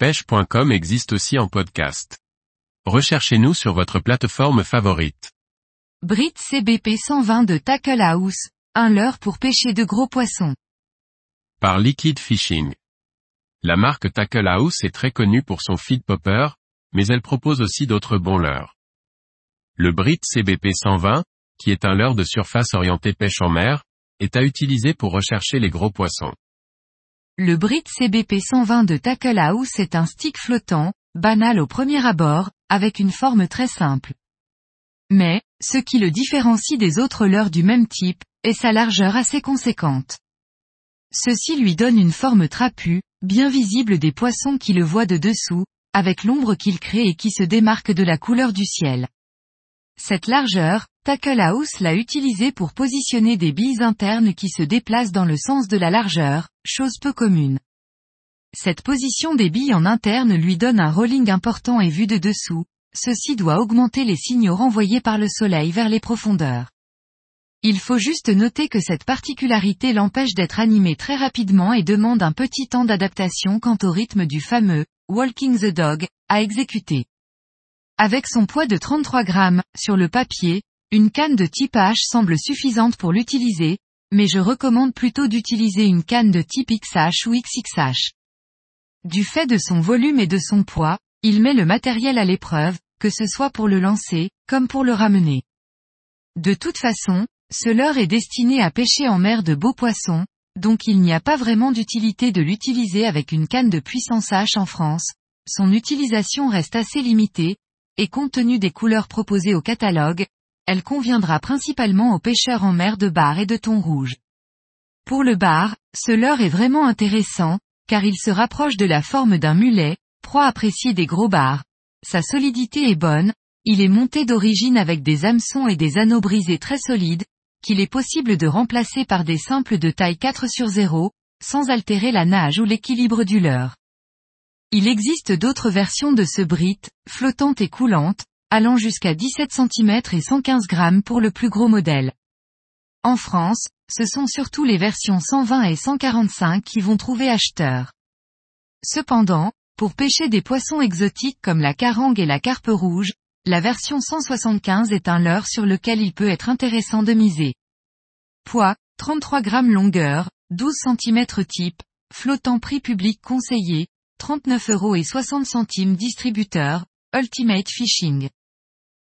pêche.com existe aussi en podcast. Recherchez-nous sur votre plateforme favorite. Brit CBP 120 de Tackle House, un leurre pour pêcher de gros poissons. Par Liquid Fishing. La marque Tackle House est très connue pour son feed popper, mais elle propose aussi d'autres bons leurres. Le Brit CBP 120, qui est un leurre de surface orienté pêche en mer, est à utiliser pour rechercher les gros poissons. Le Brit CBP 120 de Tackle House est un stick flottant, banal au premier abord, avec une forme très simple. Mais, ce qui le différencie des autres leurres du même type, est sa largeur assez conséquente. Ceci lui donne une forme trapue, bien visible des poissons qui le voient de dessous, avec l'ombre qu'il crée et qui se démarque de la couleur du ciel. Cette largeur, Tackle House l'a utilisée pour positionner des billes internes qui se déplacent dans le sens de la largeur, chose peu commune. Cette position des billes en interne lui donne un rolling important et vu de dessous, ceci doit augmenter les signaux renvoyés par le soleil vers les profondeurs. Il faut juste noter que cette particularité l'empêche d'être animé très rapidement et demande un petit temps d'adaptation quant au rythme du fameux « Walking the Dog » à exécuter. Avec son poids de 33 grammes, sur le papier, une canne de type H semble suffisante pour l'utiliser, mais je recommande plutôt d'utiliser une canne de type XH ou XXH. Du fait de son volume et de son poids, il met le matériel à l'épreuve, que ce soit pour le lancer, comme pour le ramener. De toute façon, ce leurre est destiné à pêcher en mer de beaux poissons, donc il n'y a pas vraiment d'utilité de l'utiliser avec une canne de puissance H en France. Son utilisation reste assez limitée, et compte tenu des couleurs proposées au catalogue, elle conviendra principalement aux pêcheurs en mer de bar et de thon rouge. Pour le bar, ce leurre est vraiment intéressant, car il se rapproche de la forme d'un mulet, proie appréciée des gros bars. Sa solidité est bonne, il est monté d'origine avec des hameçons et des anneaux brisés très solides, qu'il est possible de remplacer par des simples de taille 4/0, sans altérer la nage ou l'équilibre du leurre. Il existe d'autres versions de ce Brit, flottantes et coulantes, allant jusqu'à 17 cm et 115 grammes pour le plus gros modèle. En France, ce sont surtout les versions 120 et 145 qui vont trouver acheteurs. Cependant, pour pêcher des poissons exotiques comme la carangue et la carpe rouge, la version 175 est un leurre sur lequel il peut être intéressant de miser. Poids, 33 grammes longueur, 12 cm type, flottant prix public conseillé, 39,60 € distributeur, Ultimate Fishing.